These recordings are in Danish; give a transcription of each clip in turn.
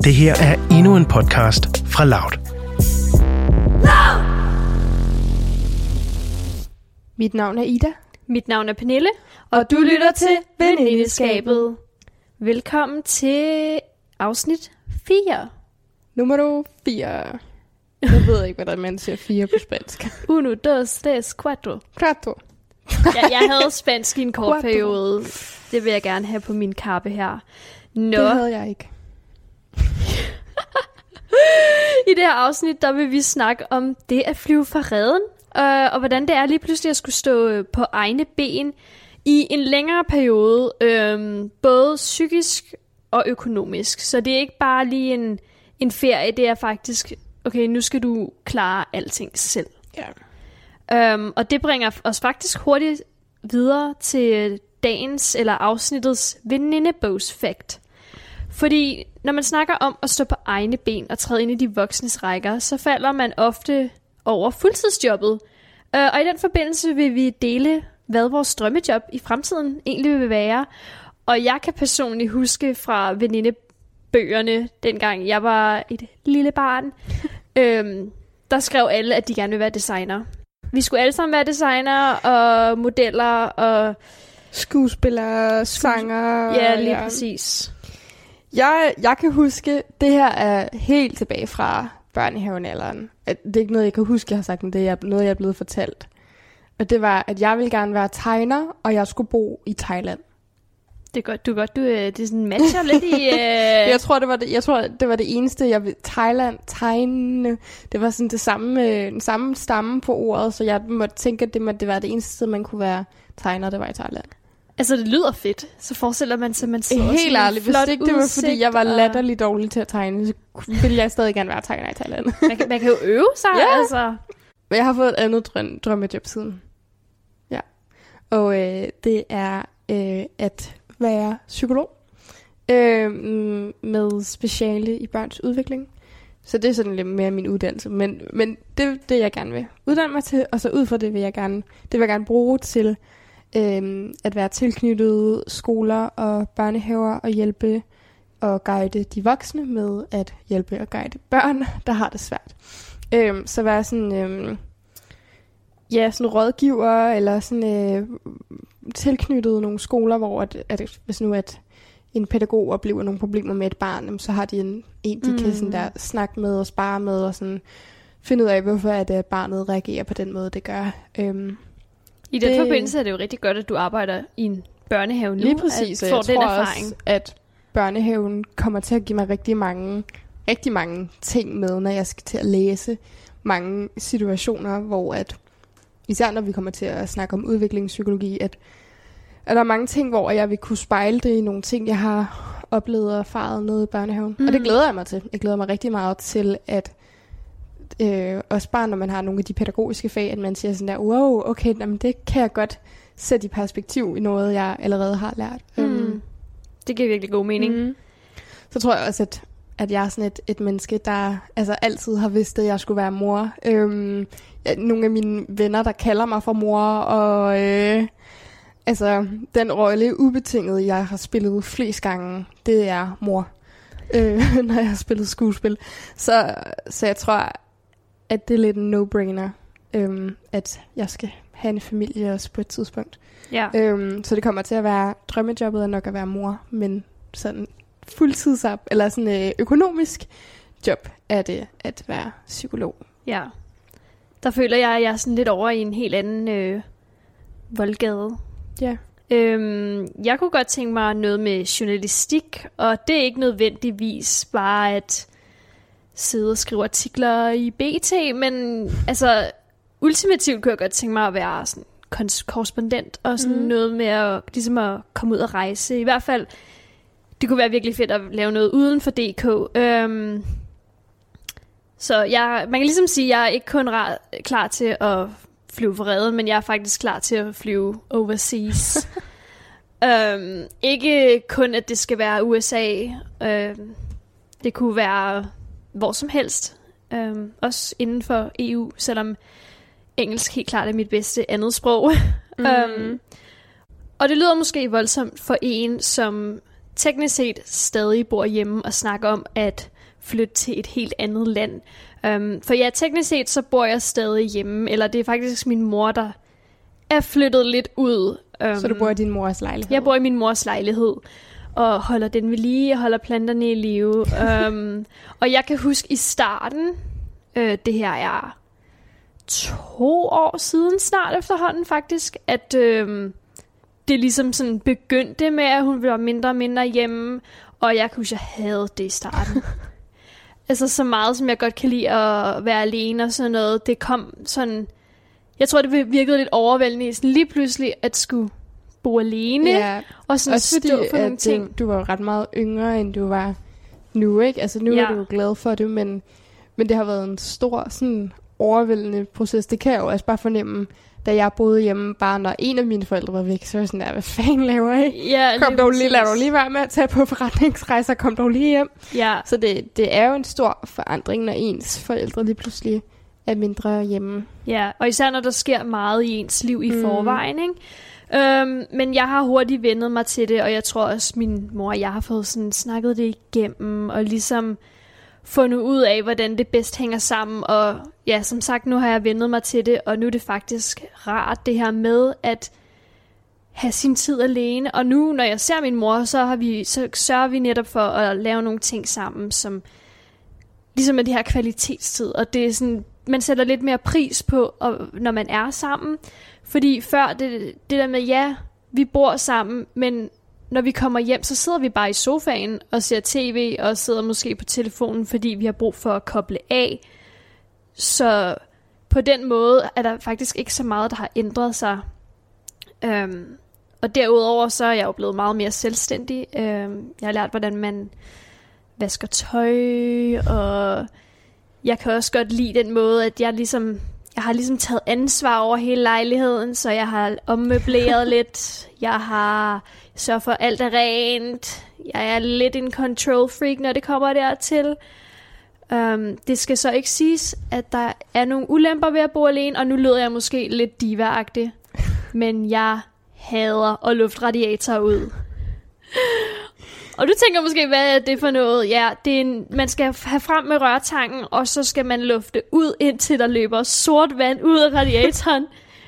Det her er endnu en podcast fra Loud. Mit navn er Ida. Mit navn er Pernille, og du lytter til Venindeskabet. Velkommen til afsnit 4. Nummer 4. Jeg ved ikke, hvordan man siger 4 på spansk. Uno, dos, tres, cuatro. Cuatro. Jeg havde spansk i en kort periode. Det vil jeg gerne have på min kappe her. Nå. Det havde jeg ikke. I det her afsnit, der vil vi snakke om det at flyve fra reden, og hvordan det er lige pludselig at skulle stå på egne ben i en længere periode, både psykisk og økonomisk. Så det er ikke bare lige en ferie, det er faktisk, okay, nu skal du klare alting selv. Ja. Og det bringer os faktisk hurtigt videre til dagens eller afsnittets venindebogsfakt. Fordi når man snakker om at stå på egne ben og træde ind i de voksnes rækker, så falder man ofte over fuldtidsjobbet. Og i den forbindelse vil vi dele, hvad vores drømmejob i fremtiden egentlig vil være. Og jeg kan personligt huske fra venindebøgerne, dengang jeg var et lille barn, der skrev alle, at de gerne vil være designer. Vi skulle alle sammen være designer og modeller og Skuespillere, sanger. Ja, lige præcis. Jeg kan huske, det her er helt tilbage fra børnehavenalderen. Det er ikke noget, jeg kan huske, jeg har sagt, men det er noget, jeg er blevet fortalt. Og det var, at jeg ville gerne være tegner, og jeg skulle bo i Thailand. Det er godt. Det er sådan matcher lidt i... Jeg tror, det var det eneste, jeg ville. Thailand, tegne. Det var sådan den samme stamme på ordet, så jeg måtte tænke, at det måtte være det eneste sted, man kunne være tegner, det var i Thailand. Altså, det lyder fedt. Så forestiller man sig, at man sidder helt ærligt, hvis ikke det var, fordi jeg var og... latterligt dårlig til at tegne, så ville jeg stadig gerne være tegner i Thailand. Man kan jo øve sig, ja. Altså. Men jeg har fået et andet drømmejob siden. Ja. Og det er at være psykolog. Med speciale i børns udvikling. Så det er sådan lidt mere min uddannelse. Men det er det, jeg gerne vil uddanne mig til. Og så ud fra det vil jeg gerne bruge til at være tilknyttet skoler og børnehaver og hjælpe og guide de voksne med at hjælpe og guide børn, der har det svært. Så være sådan, sådan rådgiver eller sådan tilknyttet nogle skoler, hvor at hvis nu at en pædagog oplever nogle problemer med et barn, så har de en de kan sådan der snakke med og spare med og sådan finde ud af, hvorfor at barnet reagerer på den måde, det gør. I den forbindelse er det jo rigtig godt, at du arbejder i en børnehave nu. Lige præcis, og jeg tror også, at børnehaven kommer til at give mig rigtig mange ting med, når jeg skal til at læse mange situationer, hvor at, især når vi kommer til at snakke om udviklingspsykologi, at der er mange ting, hvor jeg vil kunne spejle det i nogle ting, jeg har oplevet og erfaret nede i børnehaven. Og det glæder jeg mig til. Jeg glæder mig rigtig meget til, at også bare når man har nogle af de pædagogiske fag, at man siger sådan der, wow, okay, jamen det kan jeg godt sætte i perspektiv i noget, jeg allerede har lært. Det giver virkelig god mening. Så tror jeg også, at jeg er sådan et menneske, der altså altid har vidst, at jeg skulle være mor. Nogle af mine venner, der kalder mig for mor, og altså den rolle ubetinget, jeg har spillet flest gange, det er mor, når jeg har spillet skuespil. Så jeg tror, at det er lidt en no-brainer, at jeg skal have en familie også på et tidspunkt. Ja. Så det kommer til at være drømmejobbet er nok at være mor, men sådan fuldtidsop, eller sådan økonomisk job er det at være psykolog. Ja. Der føler jeg, at jeg er sådan lidt over i en helt anden voldgade. Ja. Jeg kunne godt tænke mig noget med journalistik, og det er ikke nødvendigvis bare at sidde og skrive artikler i BT, men altså ultimativt kunne jeg godt tænke mig at være sådan korrespondent og sådan noget med at, ligesom at komme ud og rejse. I hvert fald, det kunne være virkelig fedt at lave noget uden for DK. Så man kan ligesom sige, at jeg er ikke kun klar til at flyve for reden, men jeg er faktisk klar til at flyve overseas. Ikke kun, at det skal være USA. Det kunne være hvor som helst. Også inden for EU, selvom engelsk helt klart er mit bedste andet sprog. Og det lyder måske voldsomt for en, som teknisk set stadig bor hjemme og snakker om, at flytte til et helt andet land. For ja, teknisk set, så bor jeg stadig hjemme, eller det er faktisk min mor, der er flyttet lidt ud. Så du bor i din mors lejlighed? Jeg bor i min mors lejlighed, og holder den ved lige, og holder planterne i live. Og jeg kan huske i starten, det her er 2 år siden snart efterhånden faktisk, at det ligesom sådan begyndte med, at hun var mindre og mindre hjemme, og jeg kan huske, jeg havde det i starten. Altså så meget, som jeg godt kan lide at være alene og sådan noget, det kom sådan, jeg tror, det virkede lidt overvældende, sådan lige pludselig at skulle bo alene, ja, og sådan også stå for nogle ting. Du var jo ret meget yngre, end du var nu, ikke? Altså nu er du jo glad for det, men det har været en stor, sådan overvældende proces. Det kan jeg jo også bare fornemme, da jeg boede hjemme, bare når en af mine forældre var væk, så var jeg sådan der, hvad fanden laver jeg? Ja, lad dog lige være med at tage på forretningsrejser, kom dog lige hjem. Ja. Så det er jo en stor forandring, når ens forældre lige pludselig er mindre hjemme. Ja, og især når der sker meget i ens liv i forvejen, ikke? Men jeg har hurtigt vendet mig til det, og jeg tror også, min mor og jeg har fået sådan snakket det igennem, og ligesom fundet ud af, hvordan det bedst hænger sammen, og ja, som sagt, nu har jeg vendet mig til det, og nu er det faktisk rart, det her med at have sin tid alene, og nu, når jeg ser min mor, så sørger vi netop for at lave nogle ting sammen, som ligesom er det her kvalitetstid, og det er sådan, man sætter lidt mere pris på, når man er sammen, fordi før det der med, ja, vi bor sammen, men når vi kommer hjem, så sidder vi bare i sofaen og ser tv, og sidder måske på telefonen, fordi vi har brug for at koble af. Så på den måde er der faktisk ikke så meget, der har ændret sig. Og derudover så er jeg jo blevet meget mere selvstændig. Jeg har lært, hvordan man vasker tøj, og jeg kan også godt lide den måde, at jeg har ligesom taget ansvar over hele lejligheden, så jeg har ommøbleret lidt. Jeg har sørget for, at alt er rent. Jeg er lidt en control freak, når det kommer dertil. Det skal så ikke siges, at der er nogle ulemper ved at bo alene, og nu lyder jeg måske lidt diva-agtig, men jeg hader at lufte radiatorer ud. Og du tænker måske, hvad er det for noget? Ja, man skal have frem med rørtangen, og så skal man lufte ud, indtil der løber sort vand ud af radiatoren.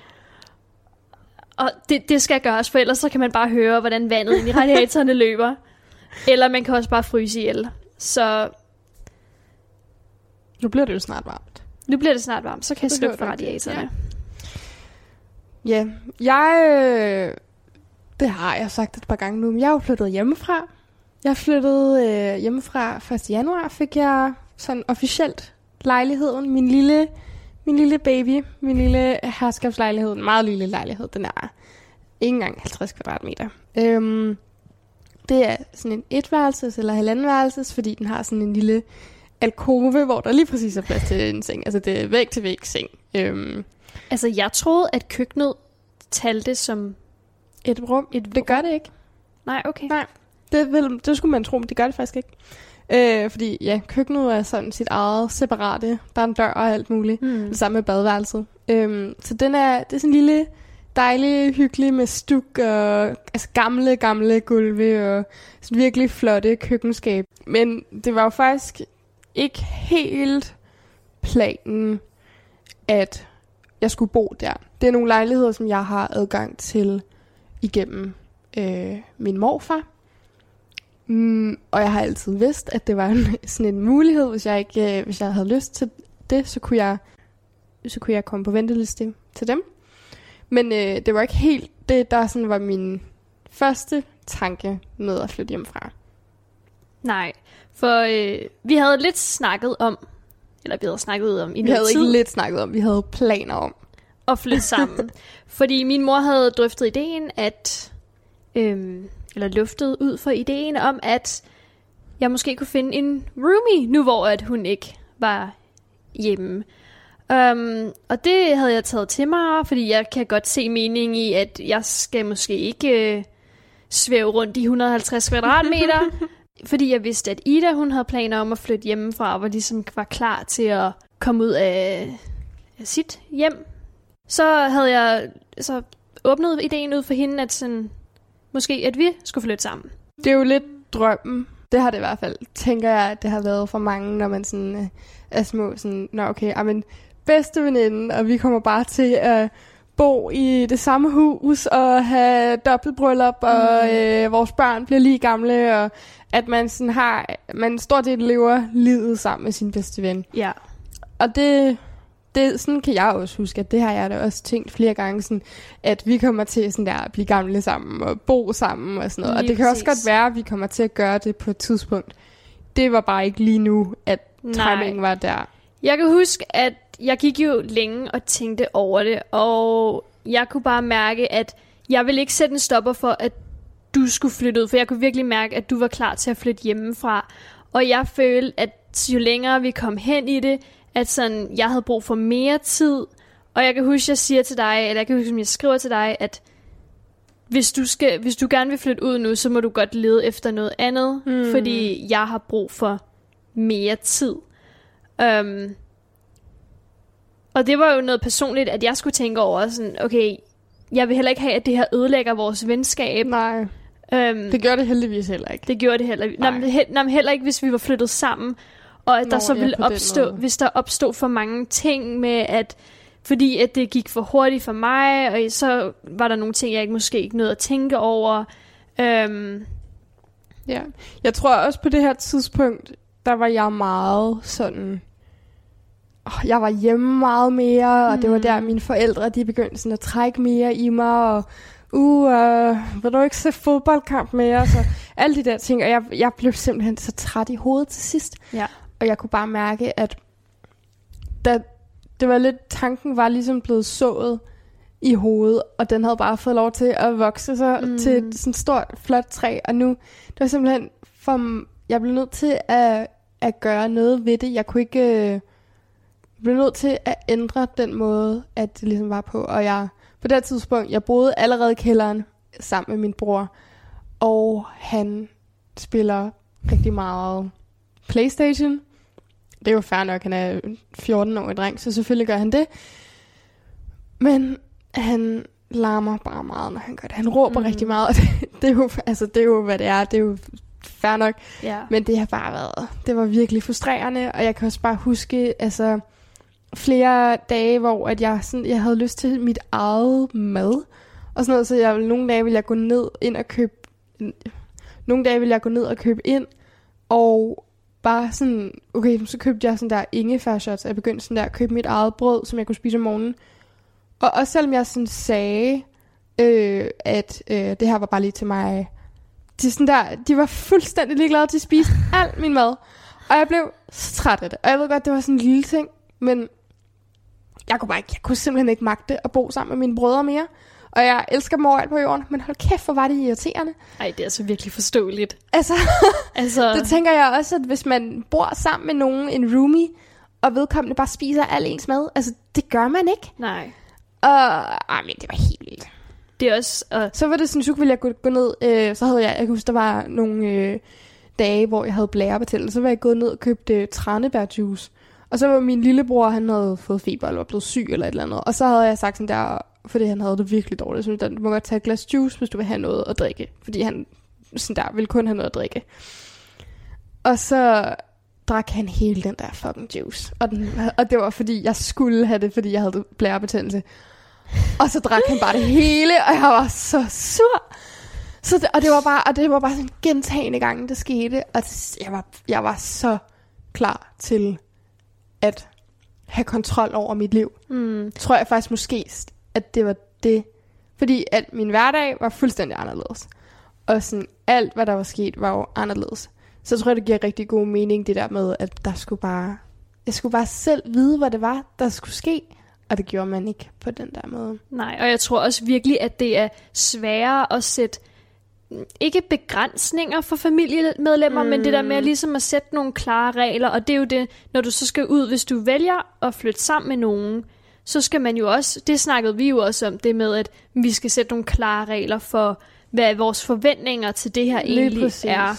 Og det skal gøres, for ellers så kan man bare høre, hvordan vandet ind i radiatorerne løber. Eller man kan også bare fryse ihjel. Så nu bliver det jo snart varmt. Nu bliver det snart varmt, så kan jeg slukke for radiatorerne. Ja, det har jeg sagt et par gange nu, men jeg er jo flyttet hjemmefra. Jeg flyttede hjemmefra 1. januar, fik jeg sådan officielt lejligheden, min lille baby, min lille herskabslejlighed, en meget lille lejlighed, den er ikke engang 50 kvadratmeter. Det er sådan en etværelses eller halvandenværelses, fordi den har sådan en lille alkove, hvor der lige præcis er plads til en seng. Altså det er væg til væg seng. Altså jeg troede, at køkkenet talte som et rum. Det gør det ikke. Nej, okay. Nej, det skulle man tro, men det gør det faktisk ikke. Fordi ja, køkkenet er sådan sit eget separate. Der er en dør og alt muligt. Det samme med badeværelset. Så det er sådan en lille, dejlig, hyggelig med stuk og altså gamle gulve og sådan virkelig flotte køkkenskab. Men det var jo faktisk ikke helt planen, at jeg skulle bo der. Det er nogle lejligheder, som jeg har adgang til igennem min morfar. Og jeg har altid vidst, at det var sådan en mulighed, hvis jeg havde lyst til det, så kunne jeg komme på venteliste til dem. Men det var ikke helt det, der sådan var min første tanke med at flytte hjemmefra. Nej, for vi havde lidt snakket om, eller vi havde snakket om i Vi havde ikke lidt snakket om, vi havde planer om at flytte sammen. Fordi min mor havde drøftet ideen, eller luftet ud for ideen om, at jeg måske kunne finde en roomie, nu hvor at hun ikke var hjemme. Og det havde jeg taget til mig, fordi jeg kan godt se meningen i, at jeg skal måske ikke svæve rundt i 150 kvadratmeter. Fordi jeg vidste, at Ida, hun havde planer om at flytte hjemmefra, og ligesom var klar til at komme ud af sit hjem. Så havde jeg åbnet ideen ud for hende, at sådan, måske at vi skulle flytte sammen. Det er jo lidt drømmen Det har det i hvert fald, tænker jeg, at det har været for mange, når man sådan er små. Sådan, nå okay, men bedste veninde, og vi kommer bare til at bo i det samme hus og have dobbeltbryllup, og vores børn bliver lige gamle, og at man sådan man stort set lever livet sammen med sin bedste ven. Ja. Og det sådan kan jeg også huske, at det har jeg da også tænkt flere gange, sådan, at vi kommer til sådan der at blive gamle sammen og bo sammen og sådan noget. Og det kan også godt være, at vi kommer til at gøre det på et tidspunkt. Det var bare ikke lige nu, at timingen var der. Jeg kan huske, at jeg gik jo længe og tænkte over det, og jeg kunne bare mærke, at jeg ville ikke sætte en stopper for, at du skulle flytte ud, for jeg kunne virkelig mærke, at du var klar til at flytte hjemmefra. Og jeg følte, at jo længere vi kom hen i det, at sådan, jeg havde brug for mere tid. Og jeg kan huske, jeg siger til dig, eller jeg kan huske, at jeg skriver til dig, at hvis du gerne vil flytte ud nu, så må du godt lede efter noget andet, fordi jeg har brug for mere tid. Og det var jo noget personligt, at jeg skulle tænke over, sådan, okay, jeg vil heller ikke have, at det her ødelægger vores venskab. Nej, det gjorde det heldigvis heller ikke. Det gjorde det heller ikke. Heller ikke, hvis vi var flyttet sammen. Og at der så ville opstå, hvis der opstod for mange ting med, at fordi at det gik for hurtigt for mig, og så var der nogle ting, jeg måske ikke nåede at tænke over. Ja, jeg tror også på det her tidspunkt, der var jeg meget sådan... Jeg var hjemme meget mere, og det var der, mine forældre, de begyndte sådan at trække mere i mig, og vil du ikke se fodboldkamp mere? Så alle de der ting, og jeg blev simpelthen så træt i hovedet til sidst. Ja. Og jeg kunne bare mærke, at det var lidt, tanken var ligesom blevet sået i hovedet, og den havde bare fået lov til at vokse sig til et sådan stort, flot træ, og nu, det var simpelthen jeg blev nødt til at gøre noget ved det. Jeg kunne ikke, jeg blev nødt til at ændre den måde, at det ligesom var på, og på det tidspunkt, jeg boede allerede i kælderen sammen med min bror, og han spiller rigtig meget PlayStation. Det er jo fair nok, han er 14-årig dreng, så selvfølgelig gør han det. Men han larmer bare meget, når han gør det. Han råber rigtig meget, og det er jo, hvad det er. Det er jo fair nok. Yeah. Men det har bare været, det var virkelig frustrerende, og jeg kan også bare huske, altså flere dage, hvor at jeg havde lyst til mit eget mad, og sådan noget, så nogle dage ville jeg gå ned og købe ind, og bare sådan, okay, så købte jeg sådan der ingefærshots, og jeg begyndte sådan der at købe mit eget brød, som jeg kunne spise om morgenen. Og også selvom jeg sådan sagde, at det her var bare lige til mig, de var fuldstændig ligeglade til at spise alt min mad. Og jeg blev så træt af det. Og jeg ved godt, det var sådan en lille ting, men jeg kunne simpelthen ikke magte at bo sammen med mine brødre mere. Og jeg elsker dem overalt på jorden, men hold kæft, hvor var det irriterende. Ej, det er altså virkelig forståeligt. Altså, det tænker jeg også, at hvis man bor sammen med nogen, en roomie, og vedkommende bare spiser al ens mad, altså, det gør man ikke. Nej. Men det var helt vildt. Det er også... Så var det sådan, så ville jeg gå ned, så havde jeg kan huske, der var nogle dage, hvor jeg havde blærebetændelse, så var jeg gået ned og købte tranebærjuice. Og så var min lillebror, han havde fået feber, eller var blevet syg, eller et eller andet. Og så havde jeg sagt sådan der, fordi han havde det virkelig dårligt, så du må godt tage et glas juice, hvis du vil have noget at drikke. Fordi han sådan der ville kun have noget at drikke. Og så drak han hele den der fucking juice. Og det var fordi, jeg skulle have det, fordi jeg havde blærebetændelse. Og så drak han bare det hele, og jeg var så sur. Og det var bare sådan gentagende gange, det skete. Og jeg var så klar til at have kontrol over mit liv. Tror jeg faktisk måske, at det var det. Fordi at min hverdag var fuldstændig anderledes. Og sådan alt, hvad der var sket, var jo anderledes. Så tror jeg, det giver rigtig god mening, det der med, at jeg skulle bare selv vide, hvad det var, der skulle ske. Og det gjorde man ikke på den der måde. Nej, og jeg tror også virkelig, at det er sværere at sætte, ikke begrænsninger for familiemedlemmer, men det der med ligesom at sætte nogle klare regler. Og det er jo det, når du så skal ud, hvis du vælger at flytte sammen med nogen, så skal man jo også, det snakkede vi jo også om, det med, at vi skal sætte nogle klare regler for, hvad vores forventninger til det her egentlig er.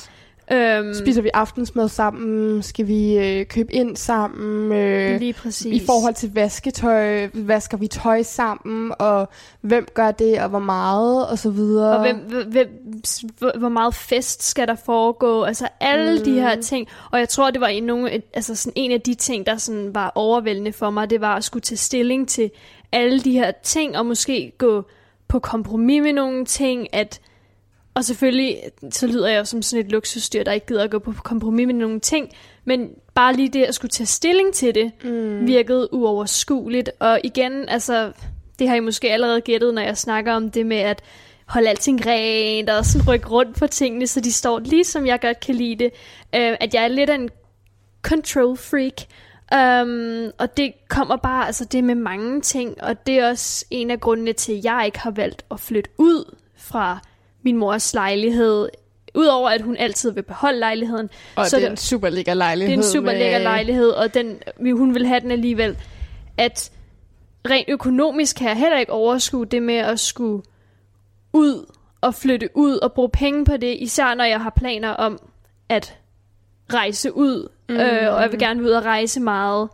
Spiser vi aftensmad sammen? Skal vi købe ind sammen? Lige præcis. I forhold til vasketøj, vasker vi tøj sammen? Og hvem gør det, og hvor meget? Og så videre. Og hvor meget fest skal der foregå? Altså alle de her ting. Og jeg tror, det var en af de ting, der sådan var overvældende for mig. Det var at skulle tage stilling til alle de her ting, og måske gå på kompromis med nogle ting, og selvfølgelig, så lyder jeg jo som sådan et luksusdyr, der ikke gider at gå på kompromis med nogle ting, men bare lige det at skulle tage stilling til det, virkede uoverskueligt. Og igen, altså, det har I måske allerede gættet, når jeg snakker om det med at holde alting rent, og sådan rykke rundt på tingene, så de står lige som jeg godt kan lide det. At jeg er lidt af en control freak, og det kommer bare, altså det med mange ting, og det er også en af grundene til, at jeg ikke har valgt at flytte ud fra min mors lejlighed, udover at hun altid vil beholde lejligheden. Og så det er en super lækker lejlighed. Det er en super lækker lejlighed, og hun vil have den alligevel. At rent økonomisk kan jeg heller ikke overskue det med at skulle ud og flytte ud og bruge penge på det, især når jeg har planer om at rejse ud, og jeg vil gerne ud og rejse meget.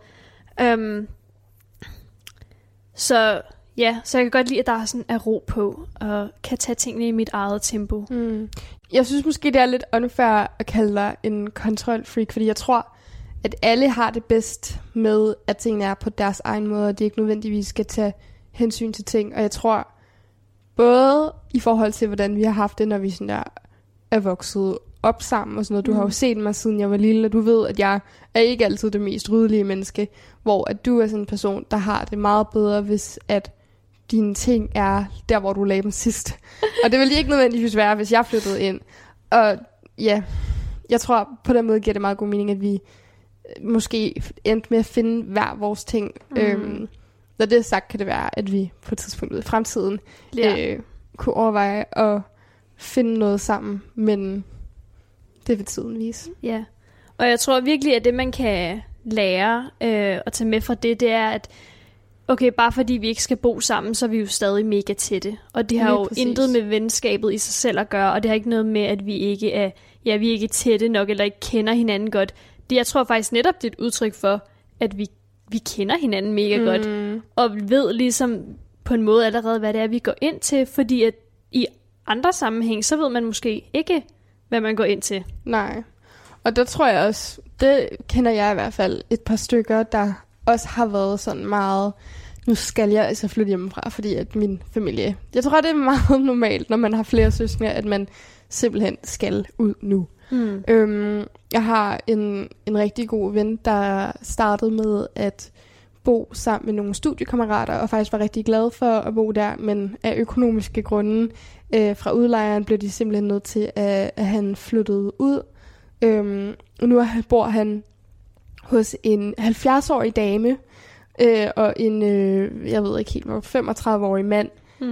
Så jeg kan godt lide, at der er sådan er ro på, og kan tage tingene i mit eget tempo. Jeg synes måske, det er lidt unfair at kalde dig en kontrolfreak, fordi jeg tror, at alle har det bedst med, at tingene er på deres egen måde, og de ikke nødvendigvis skal tage hensyn til ting. Og jeg tror, både i forhold til, hvordan vi har haft det, når vi sådan der er vokset op sammen og sådan noget. Du har jo set mig, siden jeg var lille, og du ved, at jeg er ikke altid det mest ryddelige menneske, hvor at du er sådan en person, der har det meget bedre, hvis at dine ting er der, hvor du lagde dem sidst. Og det ville de ikke nødvendigvis være, hvis jeg flyttede ind. Og ja, jeg tror på den måde giver det meget god mening, at vi måske endte med at finde hver vores ting. Når det er sagt, kan det være, at vi på et tidspunkt i fremtiden kunne overveje at finde noget sammen, men det vil tiden vise. Ja, og jeg tror virkelig, at det man kan lære og tage med fra det er, at okay, bare fordi vi ikke skal bo sammen, så er vi jo stadig mega tætte. Og det har jo intet med venskabet i sig selv at gøre, og det har ikke noget med, at vi ikke er, vi er ikke tætte nok, eller ikke kender hinanden godt. Jeg tror faktisk netop, det er et udtryk for, at vi kender hinanden mega godt, og ved ligesom på en måde allerede, hvad det er, vi går ind til, fordi at i andre sammenhæng, så ved man måske ikke, hvad man går ind til. Nej, og der tror jeg også, det kender jeg i hvert fald et par stykker, der også har været sådan meget, nu skal jeg altså flytte hjemmefra, fordi at min familie, jeg tror det er meget normalt, når man har flere søskende, at man simpelthen skal ud nu. Jeg har en rigtig god ven, der startede med at bo sammen med nogle studiekammerater, og faktisk var rigtig glad for at bo der, men af økonomiske grunde fra udlejeren blev de simpelthen nødt til, at han flyttede ud. Og nu bor han hos en 70-årig dame, og en, jeg ved ikke helt hvor, 35-årig mand,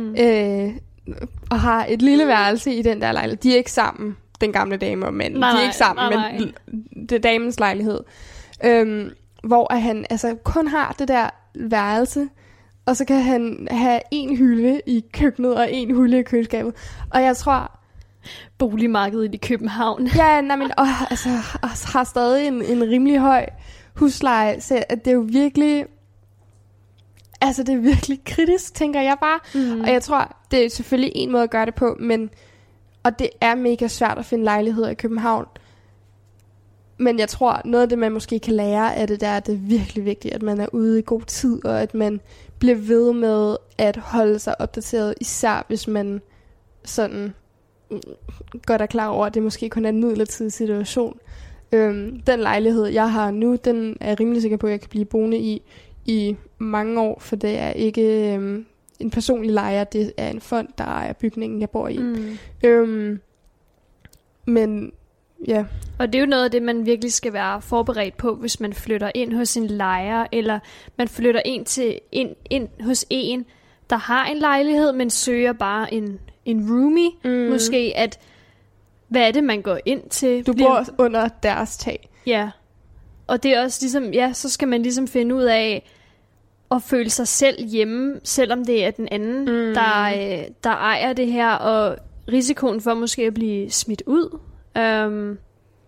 og har et lille værelse i den der lejlighed. De er ikke sammen, den gamle dame og manden. De er ikke sammen, men det er damens lejlighed. Hvor han altså kun har det der værelse, og så kan han have en hylde i køkkenet og en hylde i køleskabet. Og jeg tror, boligmarkedet i København. Ja, altså har stadig en rimelig høj husleje, så at det er jo virkelig, altså det er virkelig kritisk, tænker jeg bare. Og jeg tror, det er selvfølgelig en måde at gøre det på, og det er mega svært at finde lejligheder i København. Men jeg tror, noget af det, man måske kan lære af det, der, at det er virkelig vigtigt, at man er ude i god tid, og at man bliver ved med at holde sig opdateret, især hvis man sådan godt er klar over, at det måske kun er en midlertidig situation. Den lejlighed, jeg har nu, den er jeg rimelig sikker på, at jeg kan blive boende i mange år, for det er ikke en personlig lejer, det er en fond, der ejer bygningen, jeg bor i. Men ja. Og det er jo noget af det, man virkelig skal være forberedt på, hvis man flytter ind hos en lejer, eller man flytter ind hos en, der har en lejlighed, men søger bare en roomie, måske, at hvad er det, man går ind til? Du bor under deres tag. Ja, og det er også ligesom, så skal man ligesom finde ud af at føle sig selv hjemme, selvom det er den anden, der ejer det her, og risikoen for måske at blive smidt ud.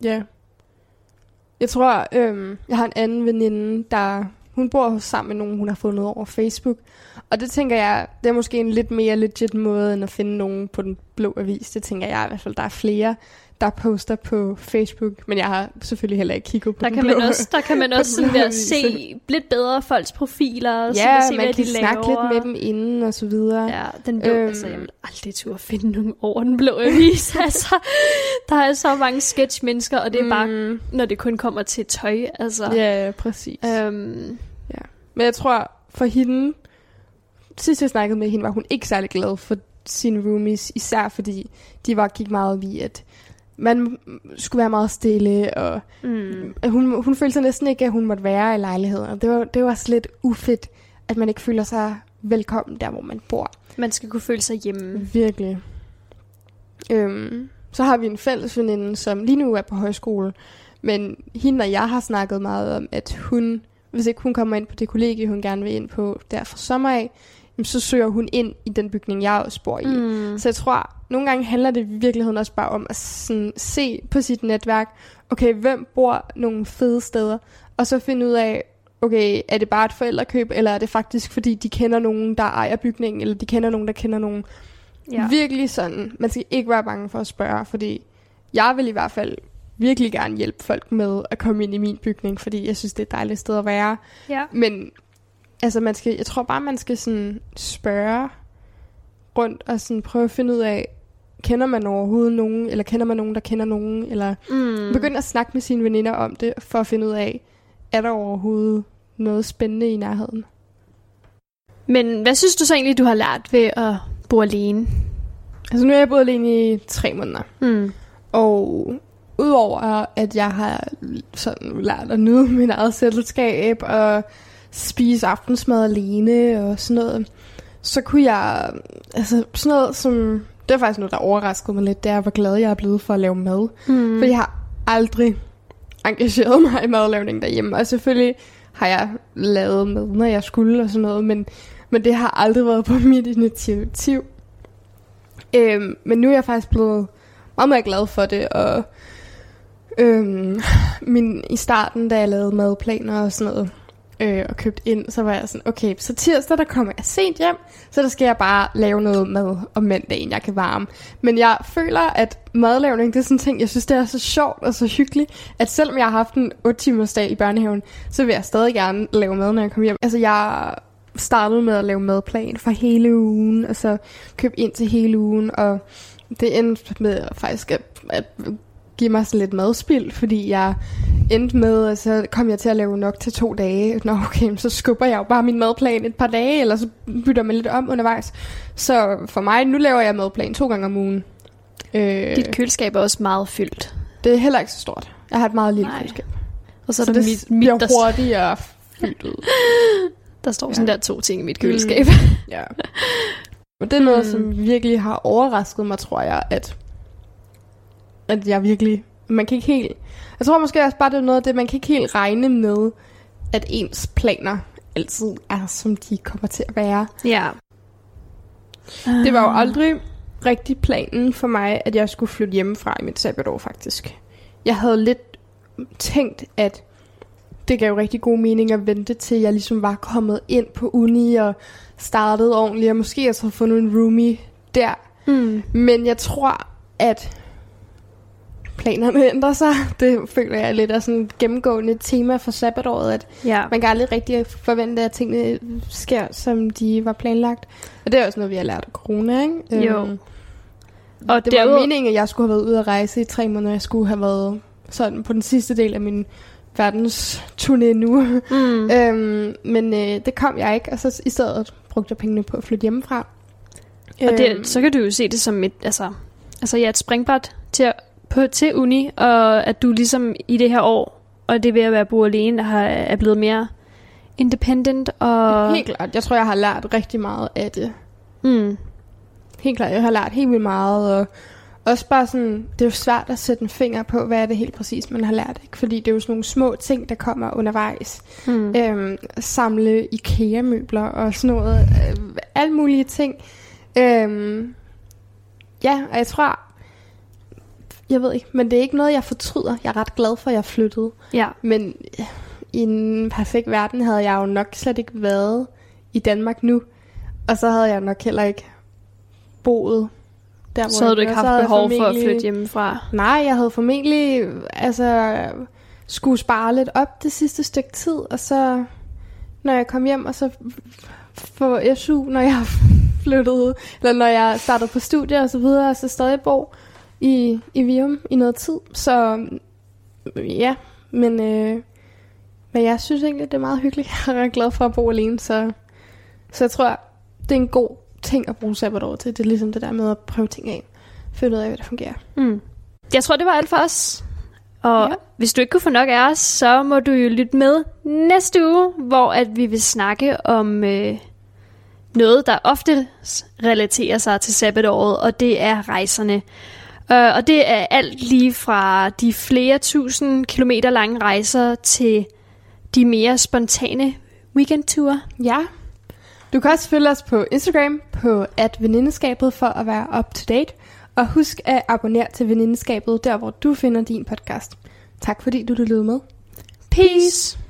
Ja. Jeg tror, jeg har en anden veninde, hun bor sammen med nogen, hun har fundet over Facebook. Og det tænker jeg, det er måske en lidt mere legit måde, end at finde nogen på den blå avis. Det tænker jeg i hvert fald. Der er flere, der poster på Facebook, men jeg har selvfølgelig heller ikke kigget på den blå. Der kan man også sådan der se lidt bedre folks profiler. Ja, så se, man hvad kan de snakke laver. lidt med dem inden og så videre. Ja, den blå, altså jeg vil aldrig turde finde nogen over den blå avis. Altså, der er så mange sketch-mennesker, og det er bare, når det kun kommer til tøj. Altså. Ja, præcis. Ja. Men jeg tror, for hende, sidst jeg snakkede med hende, var hun ikke særlig glad for sine roomies, især fordi de gik meget op i, at man skulle være meget stille, og hun følte sig næsten ikke, at hun måtte være i lejligheden. Og det var også lidt ufedt, at man ikke føler sig velkommen der, hvor man bor. Man skal kunne føle sig hjemme. Virkelig. Så har vi en fælles veninde, som lige nu er på højskole, men hende og jeg har snakket meget om, at hun, hvis ikke hun kommer ind på det kollegie, hun gerne vil ind på der fra sommer af, så søger hun ind i den bygning, jeg også bor i. Så jeg tror, nogle gange handler det i virkeligheden også bare om at sådan se på sit netværk, okay, hvem bor nogle fede steder, og så finde ud af, okay, er det bare et forældrekøb, eller er det faktisk, fordi de kender nogen, der ejer bygningen, eller de kender nogen, der kender nogen. Ja. Virkelig sådan, man skal ikke være bange for at spørge, fordi jeg vil i hvert fald virkelig gerne hjælpe folk med at komme ind i min bygning, fordi jeg synes, det er et dejligt sted at være. Ja. Men altså, jeg tror bare, man skal sådan spørge rundt og sådan prøve at finde ud af, kender man overhovedet nogen, eller kender man nogen, der kender nogen, eller begynde at snakke med sine veninder om det, for at finde ud af, er der overhovedet noget spændende i nærheden. Men hvad synes du så egentlig, du har lært ved at bo alene? Altså, nu er jeg boet alene i 3 måneder. Og udover at jeg har sådan lært at nyde min eget selskab og spise aftensmad alene og sådan noget, så kunne jeg, altså sådan noget som, det er faktisk noget, der overraskede mig lidt, det er, hvor glad jeg er blevet for at lave mad. For jeg har aldrig engageret mig i madlavning derhjemme, og selvfølgelig har jeg lavet mad, når jeg skulle og sådan noget, men det har aldrig været på mit initiativ. Men nu er jeg faktisk blevet meget mere glad for det, og i starten, da jeg lavede madplaner og sådan noget, og købt ind, så var jeg sådan, okay, så tirsdag, der kommer jeg sent hjem, så der skal jeg bare lave noget mad om mandagen, jeg kan varme. Men jeg føler, at madlavning, det er sådan en ting, jeg synes, det er så sjovt og så hyggeligt, at selvom jeg har haft en 8-timers dag i børnehaven, så vil jeg stadig gerne lave mad, når jeg kommer hjem. Altså, jeg startede med at lave madplan for hele ugen, og så købe ind til hele ugen, og det endte med faktisk at give mig sådan lidt madspild, fordi jeg endte med, at så kom jeg til at lave nok til 2 dage. Nå okay, så skubber jeg jo bare min madplan et par dage, eller så bytter man lidt om undervejs. Så for mig, nu laver jeg madplan 2 gange om ugen. Dit køleskab er også meget fyldt. Det er heller ikke så stort. Jeg har et meget lille køleskab. Og så er det bliver hurtigere fyldt ud. Der står sådan der 2 ting i mit køleskab. Ja. Og det er noget, som virkelig har overrasket mig, tror jeg, at jeg virkelig, man kan ikke helt, jeg tror måske også bare, det er noget af det, man kan ikke helt regne med, at ens planer altid er, som de kommer til at være. Ja. Det var jo aldrig rigtig planen for mig, at jeg skulle flytte hjemmefra i mit sabbatår, faktisk. Jeg havde lidt tænkt, at det gav rigtig god mening at vente til, jeg ligesom var kommet ind på uni og startede ordentligt, og måske også havde fundet en roomie der. Men jeg tror, at planerne ændrer sig. Det føler jeg lidt af sådan et gennemgående tema for sabbatåret, at man kan aldrig rigtig forvente, at tingene sker, som de var planlagt. Og det er også noget, vi har lært af corona, ikke? Jo. Og det var meningen, at jeg skulle have været ude at rejse i 3 måneder. Jeg skulle have været sådan på den sidste del af min verdens turné nu. Men det kom jeg ikke, og så i stedet brugte jeg pengene på at flytte hjemmefra. Og så kan du jo se det som et springbræt til uni, og at du ligesom i det her år, og det ved at være bo alene, er blevet mere independent. Og helt klart. Jeg tror, jeg har lært rigtig meget af det. Helt klart. Jeg har lært helt vildt meget, og også bare sådan, det er jo svært at sætte en finger på, hvad er det helt præcis, man har lært, ikke? Fordi det er jo sådan nogle små ting, der kommer undervejs. Samle IKEA-møbler og sådan noget. Alle mulige ting. Ja, og jeg tror, Jeg ved ikke, men det er ikke noget, jeg fortryder. Jeg er ret glad for, at jeg flyttede. Ja. Men i en perfekt verden havde jeg jo nok slet ikke været i Danmark nu. Og så havde jeg nok heller ikke boet der, hvor Så havde du ikke haft behov for at flytte hjemmefra? Nej, jeg havde formentlig skulle spare lidt op det sidste stykke tid. Og så, når jeg kom hjem, og så få SU, når jeg flyttede, eller når jeg startede på studier og så videre, og så stadig bo i Virum i noget tid. Så ja, men jeg synes egentlig, det er meget hyggeligt. Jeg er glad for at bo alene, så jeg tror, det er en god ting at bruge sabbatår til. Det er ligesom det der med at prøve ting af. Finde ud af, hvad der fungerer. Jeg tror, det var alt for os. Og hvis du ikke kunne få nok af os, så må du jo lytte med næste uge, hvor at vi vil snakke om noget, der ofte relaterer sig til sabbatåret, og det er rejserne. Og det er alt lige fra de flere tusind kilometer lange rejser til de mere spontane weekendture. Ja. Du kan også følge os på Instagram på @venindeskabet for at være up to date. Og husk at abonnere til Venindeskabet, der hvor du finder din podcast. Tak fordi du lyttede med. Peace!